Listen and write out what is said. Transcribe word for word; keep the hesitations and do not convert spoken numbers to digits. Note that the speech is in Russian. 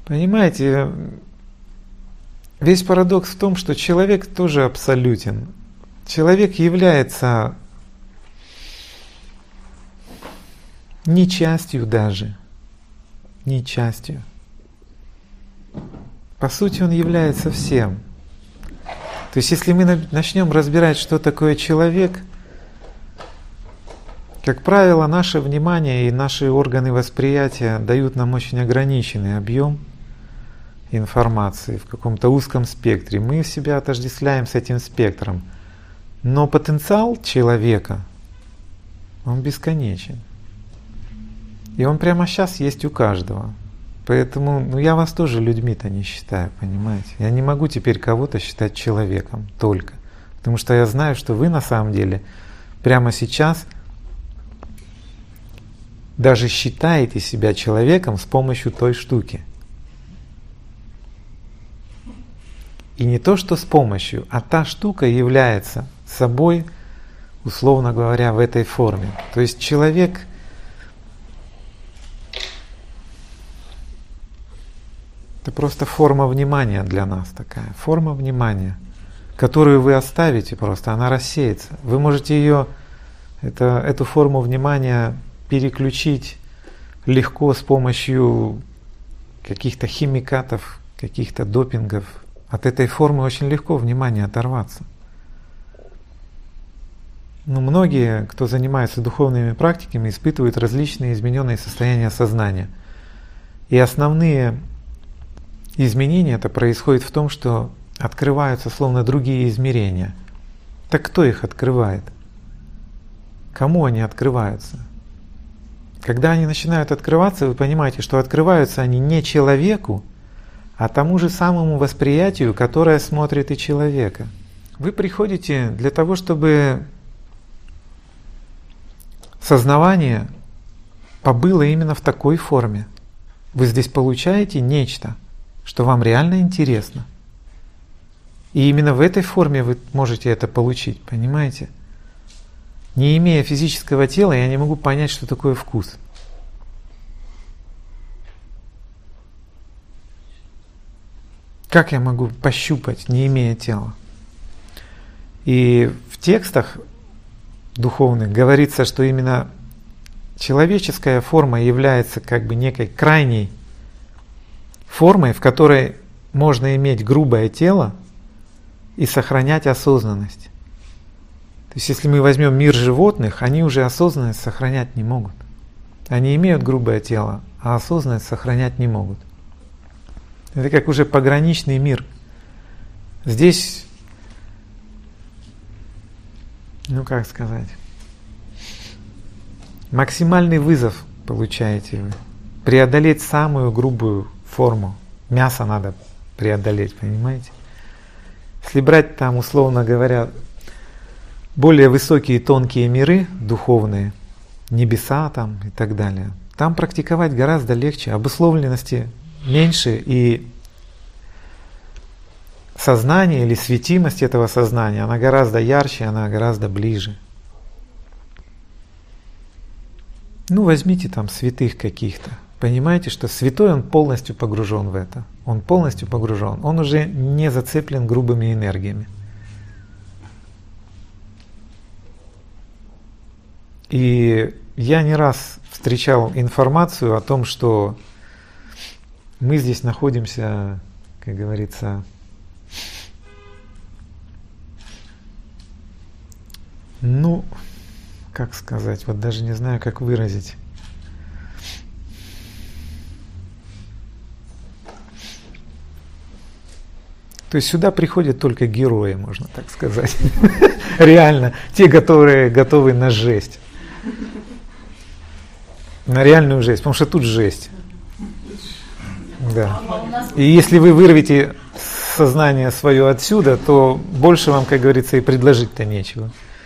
Понимаете, весь парадокс в том, что человек тоже абсолютен. Человек является не частью даже, не частью. По сути, он является всем. То есть, если мы начнем разбирать, что такое человек, как правило, наше внимание и наши органы восприятия дают нам очень ограниченный объем информации в каком-то узком спектре. Мы себя отождествляем с этим спектром. Но потенциал человека, он бесконечен. И он прямо сейчас есть у каждого. Поэтому ну, я вас тоже людьми-то не считаю, понимаете? Я не могу теперь кого-то считать человеком только. Потому что я знаю, что вы на самом деле прямо сейчас даже считаете себя человеком с помощью той штуки. И не то, что с помощью, а та штука является собой, условно говоря, в этой форме. То есть человек — это просто форма внимания для нас такая. Форма внимания, которую вы оставите просто, она рассеется. Вы можете ее, это, эту форму внимания переключить легко с помощью каких-то химикатов, каких-то допингов. От этой формы очень легко внимание оторваться. Но многие, кто занимается духовными практиками, испытывают различные измененные состояния сознания. И основные изменения это происходит в том, что открываются словно другие измерения. Так кто их открывает? Кому они открываются? Когда они начинают открываться, вы понимаете, что открываются они не человеку, а тому же самому восприятию, которое смотрит и человека. Вы приходите для того, чтобы сознавание побыло именно в такой форме. Вы здесь получаете нечто, что вам реально интересно. И именно в этой форме вы можете это получить, понимаете? Не имея физического тела, я не могу понять, что такое вкус. Как я могу пощупать, не имея тела? И в текстах духовных говорится, что именно человеческая форма является как бы некой крайней формой, в которой можно иметь грубое тело и сохранять осознанность. То есть если мы возьмем мир животных, они уже осознанность сохранять не могут. Они имеют грубое тело, а осознанность сохранять не могут. Это как уже пограничный мир. Здесь, ну как сказать, максимальный вызов получаете вы. Преодолеть самую грубую форму. Мясо надо преодолеть, понимаете? Если брать там, условно говоря, более высокие тонкие миры духовные, небеса там и так далее, там практиковать гораздо легче, обусловленности меньше, и сознание или светимость этого сознания, она гораздо ярче, она гораздо ближе. Ну, возьмите там святых каких-то. Понимаете, что святой, он полностью погружен в это. Он полностью погружен. Он уже не зацеплен грубыми энергиями. И я не раз встречал информацию о том, что мы здесь находимся, как говорится, ну, как сказать, вот даже не знаю, как выразить. То есть сюда приходят только герои, можно так сказать. Реально, те, которые готовы на жесть. На реальную жесть, потому что тут жесть. Да. И если вы вырвете сознание свое отсюда, то больше вам, как говорится, и предложить-то нечего.